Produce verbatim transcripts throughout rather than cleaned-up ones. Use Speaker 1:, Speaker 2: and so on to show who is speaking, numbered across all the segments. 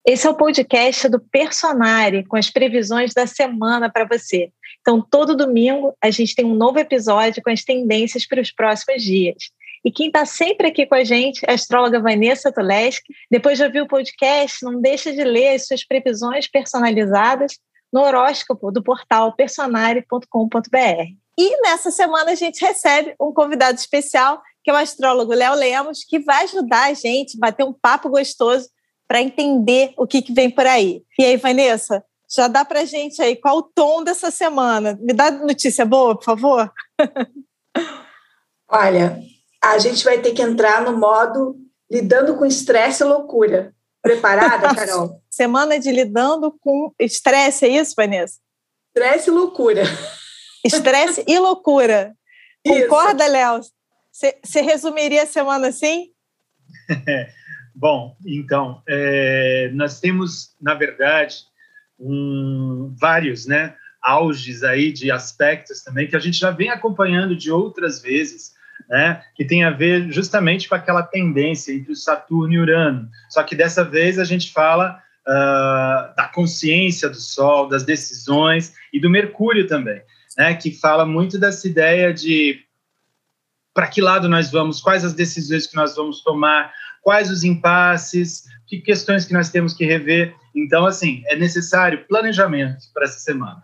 Speaker 1: Esse é o podcast do Personare, com as previsões da semana para você. Então, todo domingo, a gente tem um novo episódio com as tendências para os próximos dias. E quem está sempre aqui com a gente é a astróloga Vanessa Tuleski. Depois de ouvir o podcast, não deixa de ler as suas previsões personalizadas no horóscopo do portal personare ponto com ponto b r. E nessa semana a gente recebe um convidado especial, que é o astrólogo Léo Lemos, que vai ajudar a gente a bater um papo gostoso para entender o que, que vem por aí. E aí, Vanessa, já dá para a gente aí qual o tom dessa semana? Me dá notícia boa, por favor?
Speaker 2: Olha, a gente vai ter que entrar no modo lidando com estresse e loucura. Preparada, Carol?
Speaker 1: Semana de lidando com estresse, é isso, Vanessa?
Speaker 2: Estresse e loucura.
Speaker 1: Estresse e loucura.
Speaker 2: Isso.
Speaker 1: Concorda, Léo? Você resumiria a semana assim?
Speaker 3: Bom, então, é, nós temos, na verdade, um, vários né, auges aí de aspectos também que a gente já vem acompanhando de outras vezes, né, que tem a ver justamente com aquela tendência entre o Saturno e Urano. Só que dessa vez a gente fala uh, da consciência do Sol, das decisões e do Mercúrio também, né, que fala muito dessa ideia de para que lado nós vamos, quais as decisões que nós vamos tomar, quais os impasses, que questões que nós temos que rever. Então, assim, é necessário planejamento para essa semana.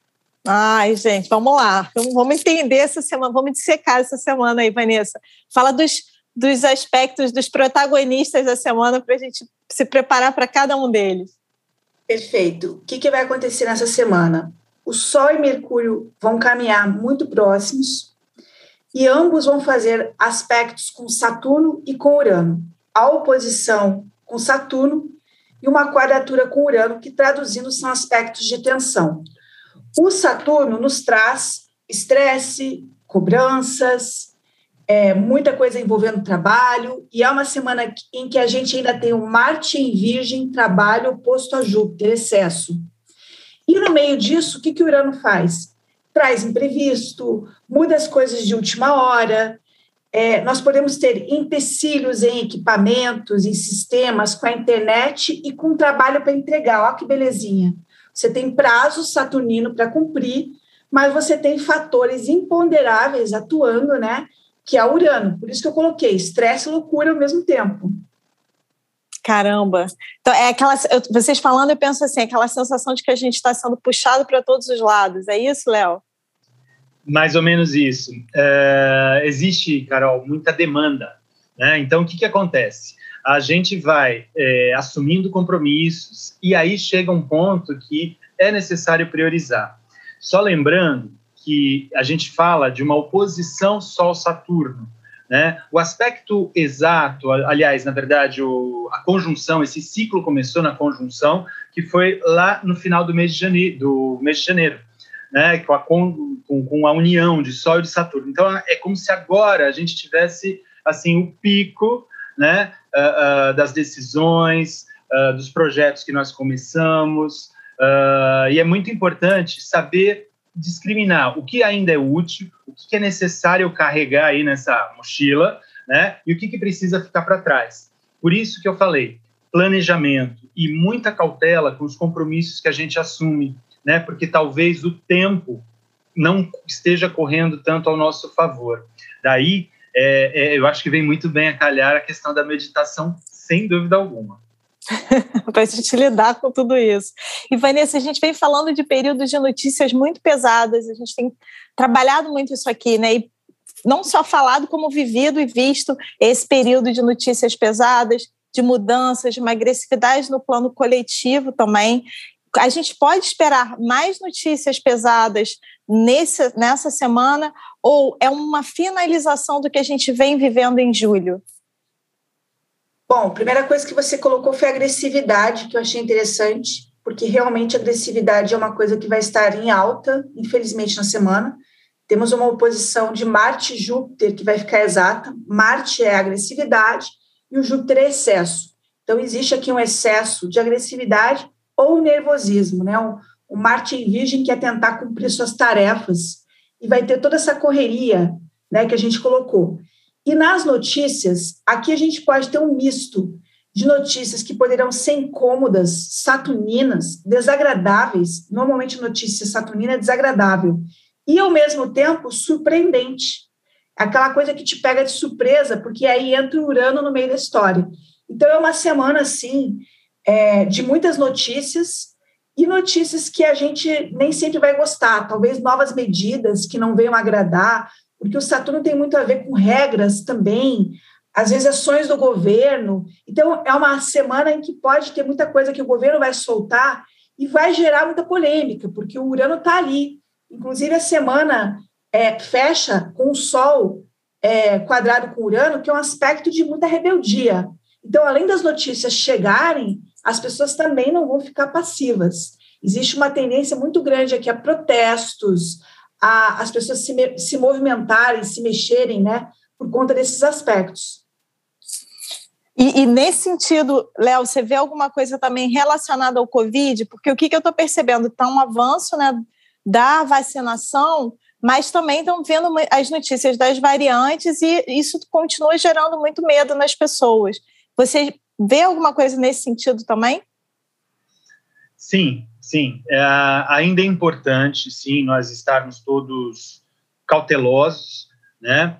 Speaker 1: Ai, gente, vamos lá. Vamos entender essa semana, vamos dissecar essa semana aí, Vanessa. Fala dos, dos aspectos, dos protagonistas da semana para a gente se preparar para cada um deles.
Speaker 2: Perfeito. O que, que vai acontecer nessa semana? O Sol e Mercúrio vão caminhar muito próximos e ambos vão fazer aspectos com Saturno e com Urano. A oposição com Saturno e uma quadratura com Urano, que traduzindo são aspectos de tensão. O Saturno nos traz estresse, cobranças, é, muita coisa envolvendo trabalho, e é uma semana em que a gente ainda tem o Marte em Virgem, trabalho oposto a Júpiter, excesso. E no meio disso, o que, que o Urano faz? Traz imprevisto, muda as coisas de última hora. É, nós podemos ter empecilhos em equipamentos, em sistemas, com a internet e com trabalho para entregar. Olha que belezinha. Você tem prazo saturnino para cumprir, mas você tem fatores imponderáveis atuando, né? Que é o Urano. Por isso que eu coloquei estresse e loucura ao mesmo tempo.
Speaker 1: Caramba! Então, é aquela, vocês falando, eu penso assim, aquela sensação de que a gente está sendo puxado para todos os lados. É isso, Léo?
Speaker 3: Mais ou menos isso. É, existe, Carol, muita demanda, né? Então, o que, que acontece? A gente vai é, assumindo compromissos e aí chega um ponto que é necessário priorizar. Só lembrando que a gente fala de uma oposição Sol-Saturno, né? O aspecto exato, aliás, na verdade, o, a conjunção, esse ciclo começou na conjunção, que foi lá no final do mês de janeiro, do mês de janeiro. Né, com, a, com, com a união de Sol e de Saturno. Então, é como se agora a gente tivesse assim, o pico, né, uh, uh, das decisões, uh, dos projetos que nós começamos, uh, e é muito importante saber discriminar o que ainda é útil, o que é necessário carregar aí nessa mochila, né, e o que, que precisa ficar para trás. Por isso que eu falei, planejamento e muita cautela com os compromissos que a gente assume, né, porque talvez o tempo não esteja correndo tanto ao nosso favor. Daí, é, é, eu acho que vem muito bem a calhar a questão da meditação, sem dúvida alguma.
Speaker 1: Para a gente lidar com tudo isso. E, Vanessa, a gente vem falando de períodos de notícias muito pesadas, a gente tem trabalhado muito isso aqui, né, e não só falado, como vivido e visto esse período de notícias pesadas, de mudanças, de uma agressividade no plano coletivo também. A gente pode esperar mais notícias pesadas nesse, nessa semana ou é uma finalização do que a gente vem vivendo em julho?
Speaker 2: Bom, a primeira coisa que você colocou foi a agressividade, que eu achei interessante, porque realmente a agressividade é uma coisa que vai estar em alta, infelizmente, na semana. Temos uma oposição de Marte e Júpiter que vai ficar exata. Marte é agressividade e o Júpiter é excesso. Então, existe aqui um excesso de agressividade ou nervosismo, né? O, o Marte em Virgem quer tentar cumprir suas tarefas e vai ter toda essa correria, né, que a gente colocou. E nas notícias, aqui a gente pode ter um misto de notícias que poderão ser incômodas, saturninas, desagradáveis. Normalmente, notícia saturnina é desagradável. E, ao mesmo tempo, surpreendente. Aquela coisa que te pega de surpresa, porque aí entra o Urano no meio da história. Então, é uma semana, assim, é, de muitas notícias, e notícias que a gente nem sempre vai gostar, talvez novas medidas que não venham agradar, porque o Saturno tem muito a ver com regras também, às vezes ações do governo. Então, é uma semana em que pode ter muita coisa que o governo vai soltar e vai gerar muita polêmica, porque o Urano está ali. Inclusive, a semana é, fecha com o Sol é, quadrado com Urano, que é um aspecto de muita rebeldia. Então, além das notícias chegarem, as pessoas também não vão ficar passivas. Existe uma tendência muito grande aqui a protestos, a as pessoas se, me, se movimentarem, se mexerem, né, por conta desses aspectos.
Speaker 1: E, e nesse sentido, Léo, você vê alguma coisa também relacionada ao Covid? Porque o que, que eu estou percebendo? Está um avanço, né, da vacinação, mas também estão vendo as notícias das variantes e isso continua gerando muito medo nas pessoas. Você vê alguma coisa nesse sentido também?
Speaker 3: Sim, sim. É, ainda é importante, sim, nós estarmos todos cautelosos, né?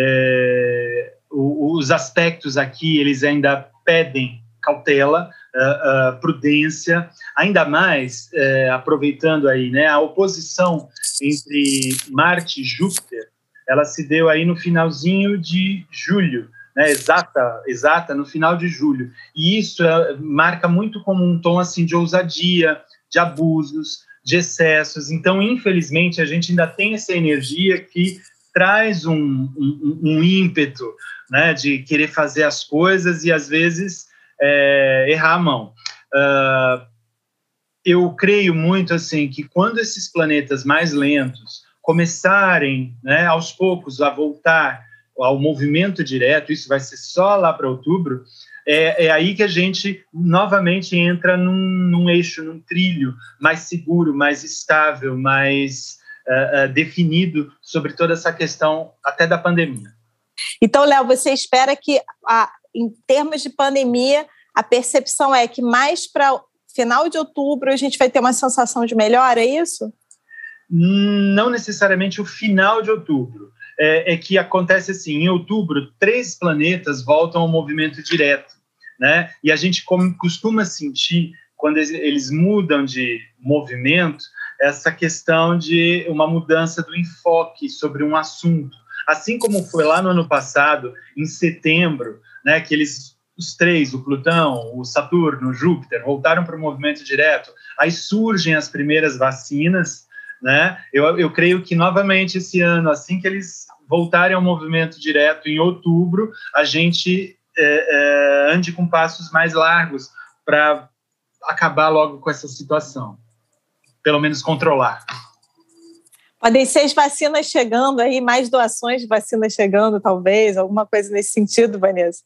Speaker 3: É, os aspectos aqui, eles ainda pedem cautela, uh, uh, prudência, ainda mais, uh, aproveitando aí, né, a oposição entre Marte e Júpiter, ela se deu aí no finalzinho de julho, né, exata, exata no final de julho, e isso uh, marca muito como um tom, assim, de ousadia, de abusos, de excessos. Então, infelizmente, a gente ainda tem essa energia que traz um, um, um ímpeto, né, de querer fazer as coisas e, às vezes, é, errar a mão. Uh, eu creio muito, assim, que quando esses planetas mais lentos começarem, né, aos poucos, a voltar ao movimento direto, isso vai ser só lá para outubro, é, é aí que a gente novamente entra num, num eixo, num trilho mais seguro, mais estável, mais uh, uh, definido sobre toda essa questão até da pandemia.
Speaker 1: Então, Léo, você espera que, a, em termos de pandemia, a percepção é que mais para final de outubro a gente vai ter uma sensação de melhora, é isso?
Speaker 3: Não necessariamente o final de outubro. É, é que acontece assim, em outubro, três planetas voltam ao movimento direto, né? E a gente como, costuma sentir, quando eles, eles mudam de movimento, essa questão de uma mudança do enfoque sobre um assunto. Assim como foi lá no ano passado, em setembro, né, que eles, os três, o Plutão, o Saturno, o Júpiter, voltaram para o movimento direto, aí surgem as primeiras vacinas, né? Eu, eu creio que, novamente, esse ano, assim que eles voltarem ao movimento direto, em outubro, a gente é, é, ande com passos mais largos para acabar logo com essa situação. Pelo menos controlar.
Speaker 1: Podem ser as vacinas chegando aí, mais doações de vacinas chegando, talvez, alguma coisa nesse sentido, Vanessa?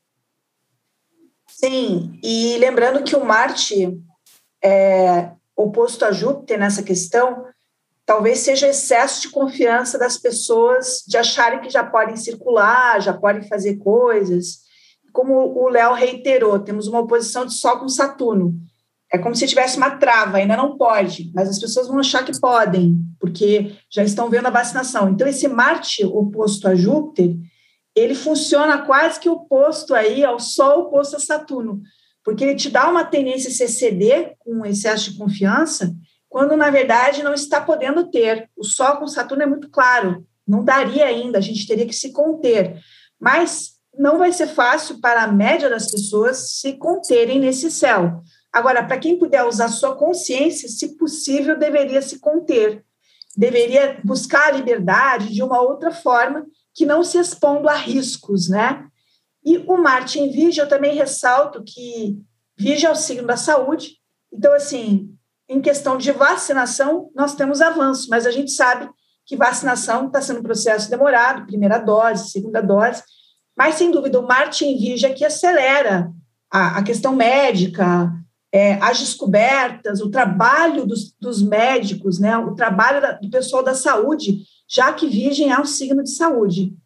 Speaker 2: Sim, e lembrando que o Marte, é, oposto a Júpiter nessa questão, talvez seja excesso de confiança das pessoas de acharem que já podem circular, já podem fazer coisas. Como o Léo reiterou, temos uma oposição de Sol com Saturno. É como se tivesse uma trava, ainda não pode, mas as pessoas vão achar que podem, porque já estão vendo a vacinação. Então, esse Marte oposto a Júpiter, ele funciona quase que oposto aí ao Sol oposto a Saturno, porque ele te dá uma tendência a se exceder com excesso de confiança, quando, na verdade, não está podendo ter. O Sol com Saturno é muito claro, não daria ainda, a gente teria que se conter. Mas não vai ser fácil para a média das pessoas se conterem nesse céu. Agora, para quem puder usar sua consciência, se possível, deveria se conter. Deveria buscar a liberdade de uma outra forma, que não se expondo a riscos, né? E o Marte em Virgem, eu também ressalto que Virgem é o signo da saúde. Então, assim, em questão de vacinação, nós temos avanço, mas a gente sabe que vacinação está sendo um processo demorado, primeira dose, segunda dose, mas, sem dúvida, o Marte em Virgem é que acelera a, a questão médica, é, as descobertas, o trabalho dos, dos médicos, né, o trabalho da, do pessoal da saúde, já que Virgem é um signo de saúde.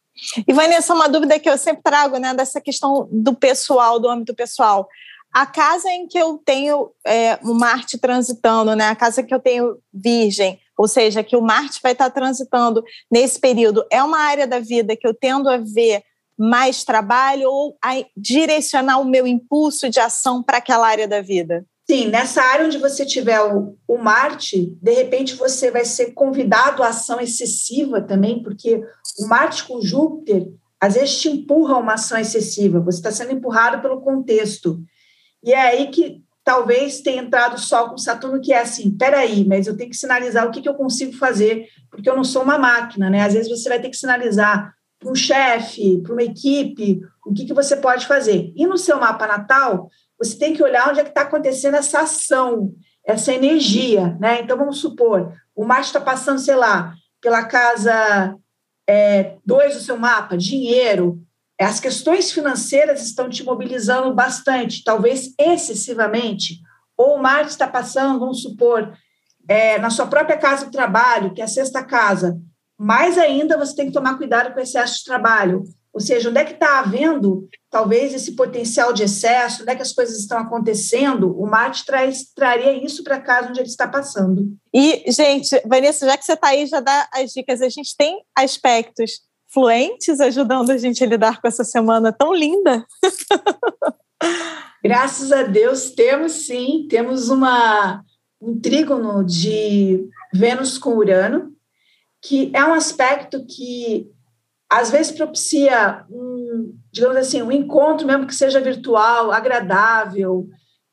Speaker 1: E, Vanessa, uma dúvida que eu sempre trago, né, dessa questão do pessoal, do âmbito pessoal. A casa em que eu tenho é, o Marte transitando, né, a casa que eu tenho Virgem, ou seja, que o Marte vai estar transitando nesse período, é uma área da vida que eu tendo a ver mais trabalho ou a direcionar o meu impulso de ação para aquela área da vida?
Speaker 2: Sim, nessa área onde você tiver o, o Marte, de repente você vai ser convidado à ação excessiva também, porque o Marte com Júpiter, às vezes te empurra a uma ação excessiva, você está sendo empurrado pelo contexto. E é aí que talvez tenha entrado o Sol com Saturno, que é assim, peraí, mas eu tenho que sinalizar o que, que eu consigo fazer, porque eu não sou uma máquina, né? Às vezes você vai ter que sinalizar para um chefe, para uma equipe, o que, que você pode fazer. E no seu mapa natal, você tem que olhar onde é que está acontecendo essa ação, essa energia, né? Então, vamos supor, o Marte está passando, sei lá, pela casa dois é, do seu mapa, dinheiro. As questões financeiras estão te mobilizando bastante, talvez excessivamente. Ou o Marte está passando, vamos supor, é, na sua própria casa de trabalho, que é a sexta casa. Mais ainda, você tem que tomar cuidado com o excesso de trabalho. Ou seja, onde é que está havendo, talvez, esse potencial de excesso, onde é que as coisas estão acontecendo, o Marte traz, traria isso para casa onde ele está passando.
Speaker 1: E, gente, Vanessa, já que você está aí, já dá as dicas. A gente tem aspectos fluentes ajudando a gente a lidar com essa semana tão linda.
Speaker 2: Graças a Deus, temos sim, temos uma, um trígono de Vênus com Urano, que é um aspecto que às vezes propicia um, digamos assim, um encontro mesmo que seja virtual, agradável,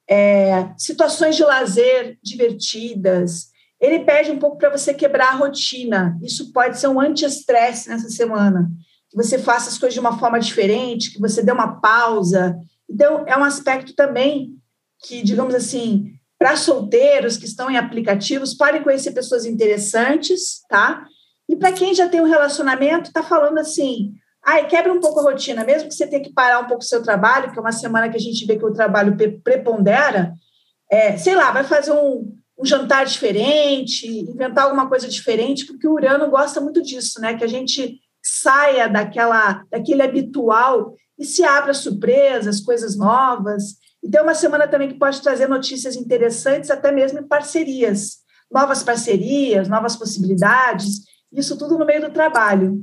Speaker 2: é, situações de lazer divertidas. Ele pede um pouco para você quebrar a rotina. Isso pode ser um anti-estresse nessa semana, que você faça as coisas de uma forma diferente, que você dê uma pausa. Então, é um aspecto também que, digamos assim, para solteiros que estão em aplicativos, podem conhecer pessoas interessantes, tá? E para quem já tem um relacionamento, está falando assim, ai, quebra um pouco a rotina, mesmo que você tenha que parar um pouco o seu trabalho, que é uma semana que a gente vê que o trabalho prepondera, é, sei lá, vai fazer um, um jantar diferente, inventar alguma coisa diferente, porque o Urano gosta muito disso, né? Que a gente saia daquela, daquele habitual e se abra surpresas, coisas novas. Então, é uma semana também que pode trazer notícias interessantes, até mesmo em parcerias, novas parcerias, novas possibilidades. Isso tudo no meio do trabalho.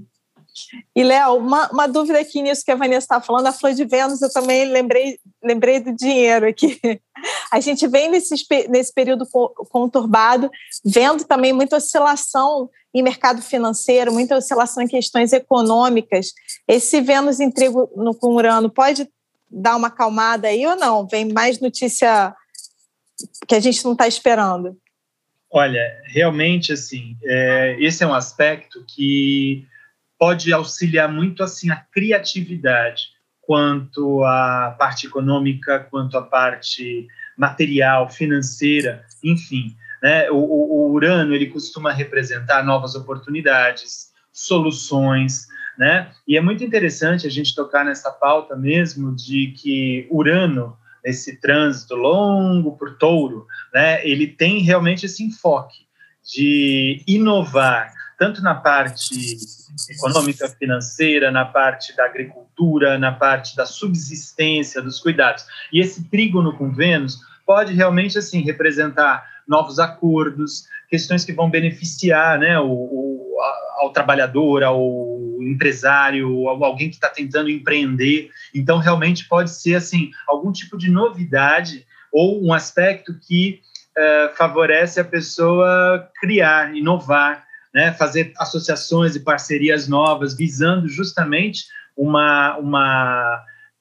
Speaker 1: E, Léo, uma, uma dúvida aqui nisso que a Vanessa estava falando, a flor de Vênus, eu também lembrei, lembrei do dinheiro aqui. A gente vem nesse, nesse período conturbado, vendo também muita oscilação em mercado financeiro, muita oscilação em questões econômicas. Esse Vênus em trígono no, com Urano pode dar uma acalmada aí ou não? Vem mais notícia que a gente não está esperando?
Speaker 3: Olha, realmente, assim, é, esse é um aspecto que pode auxiliar muito, assim, a criatividade, quanto à parte econômica, quanto à parte material, financeira, enfim, né? O, o Urano, ele costuma representar novas oportunidades, soluções, né? E é muito interessante a gente tocar nessa pauta mesmo de que Urano, esse trânsito longo por Touro, né, ele tem realmente esse enfoque de inovar, tanto na parte econômica, financeira, na parte da agricultura, na parte da subsistência, dos cuidados. E esse trígono com Vênus pode realmente assim representar novos acordos, questões que vão beneficiar, né, o, o, ao trabalhador, ao empresário, ao alguém que está tentando empreender. Então, realmente pode ser assim algum tipo de novidade ou um aspecto que uh, favorece a pessoa criar, inovar, né, fazer associações e parcerias novas, visando justamente uma, uma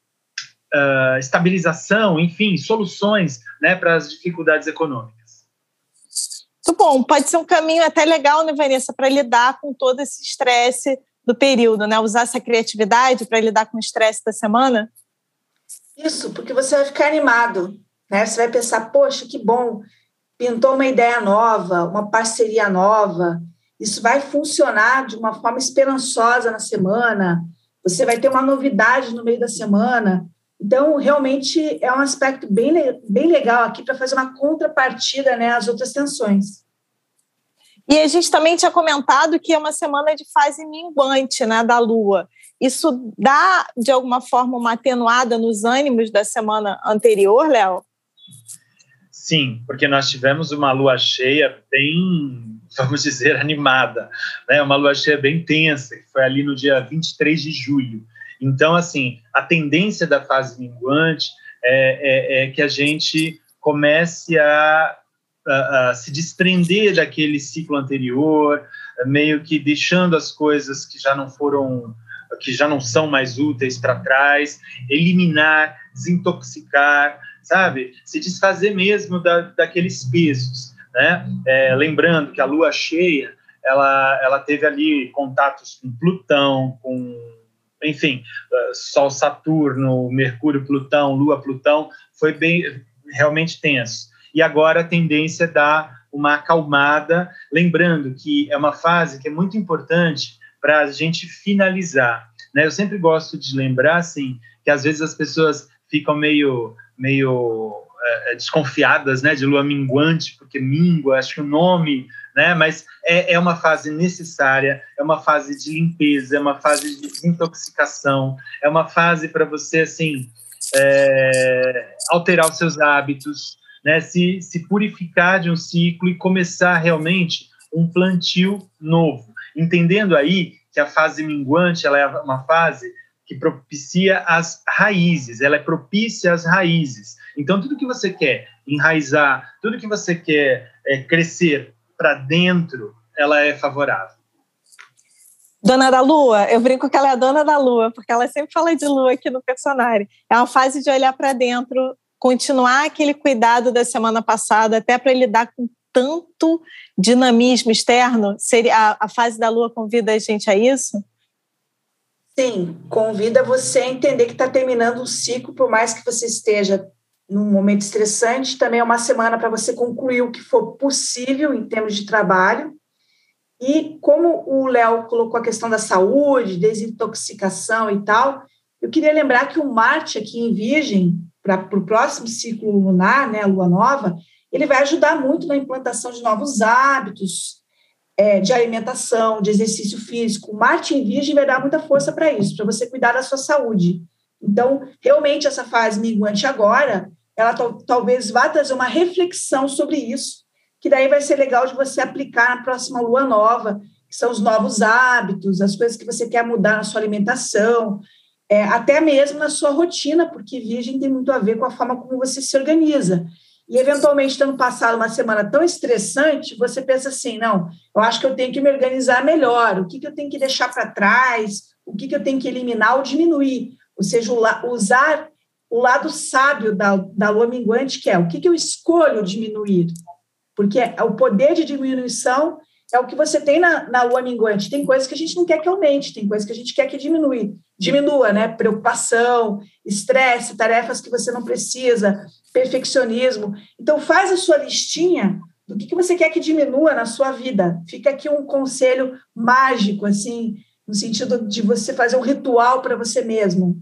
Speaker 3: uh, estabilização, enfim, soluções, né, para as dificuldades econômicas.
Speaker 1: Muito bom, pode ser um caminho até legal, né, Vanessa, para lidar com todo esse estresse do período, né? Usar essa criatividade para lidar com o estresse da semana?
Speaker 2: Isso, porque você vai ficar animado, né? Você vai pensar, poxa, que bom, pintou uma ideia nova, uma parceria nova, isso vai funcionar de uma forma esperançosa na semana, você vai ter uma novidade no meio da semana. Então, realmente, é um aspecto bem, bem legal aqui para fazer uma contrapartida, né, às outras tensões.
Speaker 1: E a gente também tinha comentado que é uma semana de fase minguante, né, da Lua. Isso dá, de alguma forma, uma atenuada nos ânimos da semana anterior, Léo?
Speaker 3: Sim, porque nós tivemos uma lua cheia bem, vamos dizer, animada, né? Uma lua cheia bem tensa, que foi ali no dia vinte e três de julho. Então, assim, a tendência da fase minguante é, é, é que a gente comece a, a, a se desprender daquele ciclo anterior, meio que deixando as coisas que já não foram, que já não são mais úteis para trás, eliminar, desintoxicar, sabe? Se desfazer mesmo da, daqueles pesos, né? É, lembrando que a lua cheia, ela, ela teve ali contatos com Plutão, com, enfim, Sol, Saturno, Mercúrio, Plutão, Lua, Plutão, foi bem, realmente tenso. E agora a tendência é dar uma acalmada, lembrando que é uma fase que é muito importante para a gente finalizar, né? Eu sempre gosto de lembrar, assim, que às vezes as pessoas ficam meio, meio é, desconfiadas, né, de lua minguante, porque mingua, acho que o nome, né, mas é, é uma fase necessária, é uma fase de limpeza, é uma fase de desintoxicação, é uma fase para você, assim, é, alterar os seus hábitos, né, se, se purificar de um ciclo e começar realmente um plantio novo, entendendo aí que a fase minguante, ela é uma fase que propicia as raízes, ela é propícia às raízes. Então, tudo que você quer enraizar, tudo que você quer é, crescer para dentro, ela é favorável.
Speaker 1: Dona da Lua, eu brinco que ela é a dona da Lua, porque ela sempre fala de Lua aqui no personagem. É uma fase de olhar para dentro, continuar aquele cuidado da semana passada, até para lidar com tanto dinamismo externo. Seria, a, a fase da Lua convida a gente a isso?
Speaker 2: Sim, convida você a entender que está terminando um ciclo, por mais que você esteja num momento estressante, também é uma semana para você concluir o que for possível em termos de trabalho. E como o Léo colocou a questão da saúde, desintoxicação e tal, eu queria lembrar que o Marte aqui em Virgem, para o próximo ciclo lunar, né, a Lua Nova, ele vai ajudar muito na implantação de novos hábitos, É, de alimentação, de exercício físico. Marte em Virgem vai dar muita força para isso, para você cuidar da sua saúde. Então, realmente, essa fase minguante agora, ela talvez vá trazer uma reflexão sobre isso, que daí vai ser legal de você aplicar na próxima lua nova, que são os novos hábitos, as coisas que você quer mudar na sua alimentação, é, até mesmo na sua rotina, porque Virgem tem muito a ver com a forma como você se organiza. E, eventualmente, tendo passado uma semana tão estressante, você pensa assim, não, eu acho que eu tenho que me organizar melhor, o que, que eu tenho que deixar para trás, o que, que eu tenho que eliminar ou diminuir, ou seja, usar o lado sábio da, da lua minguante, que é o que, que eu escolho diminuir, porque o poder de diminuição é o que você tem na, na lua minguante. Tem coisas que a gente não quer que aumente, tem coisas que a gente quer que diminui, diminua, né? Preocupação, estresse, tarefas que você não precisa, perfeccionismo. Então, faz a sua listinha do que, que você quer que diminua na sua vida. Fica aqui um conselho mágico, assim, no sentido de você fazer um ritual para você mesmo.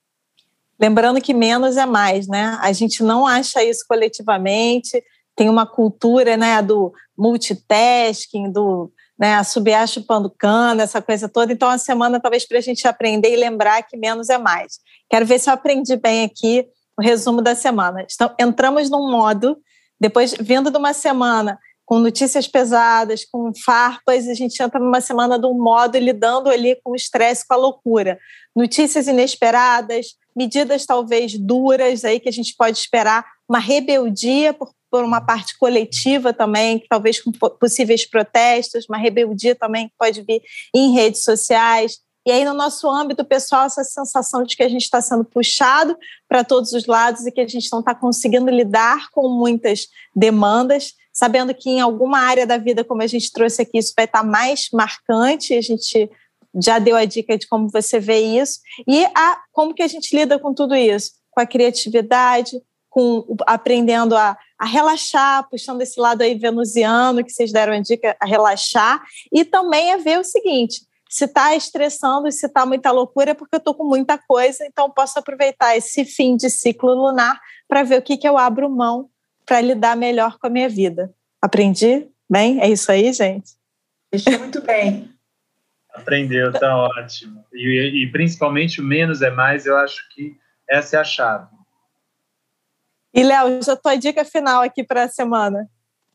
Speaker 1: Lembrando que menos é mais, né? A gente não acha isso coletivamente. Tem uma cultura, né, do multitasking, do, né, assobiar chupando cana, essa coisa toda. Então, a semana talvez para a gente aprender e lembrar que menos é mais. Quero ver se eu aprendi bem aqui o resumo da semana. Então, entramos num modo, depois, vindo de uma semana com notícias pesadas, com farpas, a gente entra numa semana de um modo lidando ali com o estresse, com a loucura. Notícias inesperadas, medidas talvez duras aí que a gente pode esperar, uma rebeldia por por uma parte coletiva também, talvez com possíveis protestos, uma rebeldia também que pode vir em redes sociais. E aí, no nosso âmbito pessoal, essa sensação de que a gente está sendo puxado para todos os lados e que a gente não está conseguindo lidar com muitas demandas, sabendo que em alguma área da vida, como a gente trouxe aqui, isso vai estar mais marcante, a gente já deu a dica de como você vê isso, e a, como que a gente lida com tudo isso? Com a criatividade, com, aprendendo a, a relaxar, puxando esse lado aí venusiano, que vocês deram a dica, a relaxar, e também a ver o seguinte, se está estressando e se está muita loucura é porque eu estou com muita coisa, então posso aproveitar esse fim de ciclo lunar para ver o que, que eu abro mão para lidar melhor com a minha vida. Aprendi? Bem? É isso aí, gente?
Speaker 2: Fechou muito bem.
Speaker 3: Aprendeu, tá ótimo. E, e principalmente o menos é mais, eu acho que essa é a chave.
Speaker 1: E, Léo, já tua dica final aqui para a semana.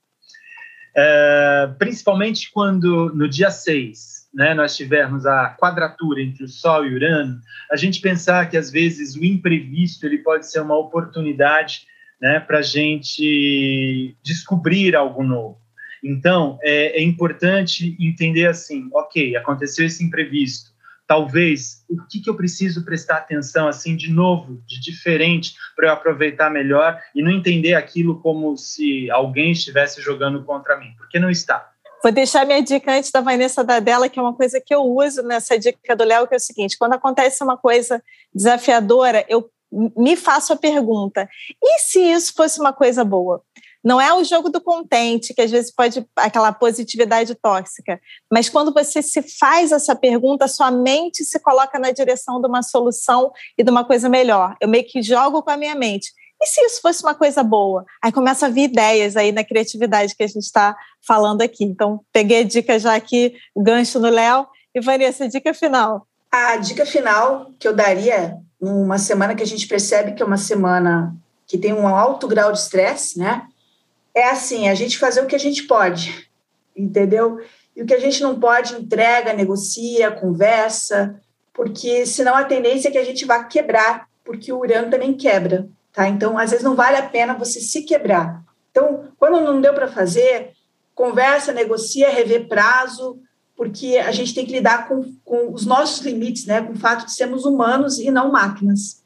Speaker 3: É, principalmente quando no dia seis, né, nós tivermos a quadratura entre o Sol e Urano, a gente pensar que às vezes o imprevisto ele pode ser uma oportunidade, né, para a gente descobrir algo novo. Então, é, é importante entender assim, ok, aconteceu esse imprevisto, talvez, o que, que eu preciso prestar atenção, assim, de novo, de diferente, para eu aproveitar melhor e não entender aquilo como se alguém estivesse jogando contra mim, porque não está.
Speaker 1: Vou deixar minha dica antes da Vanessa dar dela, que é uma coisa que eu uso nessa dica do Léo, que é o seguinte, quando acontece uma coisa desafiadora, eu me faço a pergunta, e se isso fosse uma coisa boa? Não é o jogo do contente, que às vezes pode, aquela positividade tóxica, mas quando você se faz essa pergunta, sua mente se coloca na direção de uma solução e de uma coisa melhor. Eu meio que jogo com a minha mente. E se isso fosse uma coisa boa? Aí começa a vir ideias aí na criatividade que a gente está falando aqui. Então, peguei a dica já aqui, o gancho no Léo. E, Vanessa, dica final.
Speaker 2: A dica final que eu daria numa semana que a gente percebe que é uma semana que tem um alto grau de estresse, né? É assim, a gente fazer o que a gente pode, entendeu? E o que a gente não pode, entrega, negocia, conversa, porque senão a tendência é que a gente vá quebrar, porque o Urano também quebra, tá? Então, às vezes não vale a pena você se quebrar. Então, quando não deu para fazer, conversa, negocia, rever prazo, porque a gente tem que lidar com, com os nossos limites, né? Com o fato de sermos humanos e não máquinas.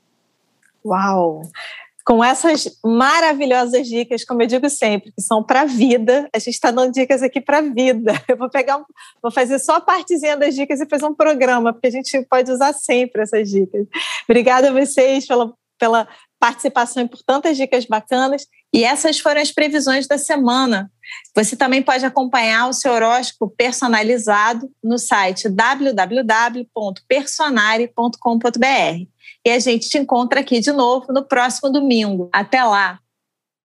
Speaker 1: Uau! Com essas maravilhosas dicas, como eu digo sempre, que são para a vida, a gente está dando dicas aqui para a vida. Eu vou pegar, um, vou fazer só a partezinha das dicas e fazer um programa, porque a gente pode usar sempre essas dicas. Obrigada a vocês pela, pela participação e por tantas dicas bacanas. E essas foram as previsões da semana. Você também pode acompanhar o seu horóscopo personalizado no site w w w ponto personare ponto com ponto b r. E a gente te encontra aqui de novo no próximo domingo. Até lá!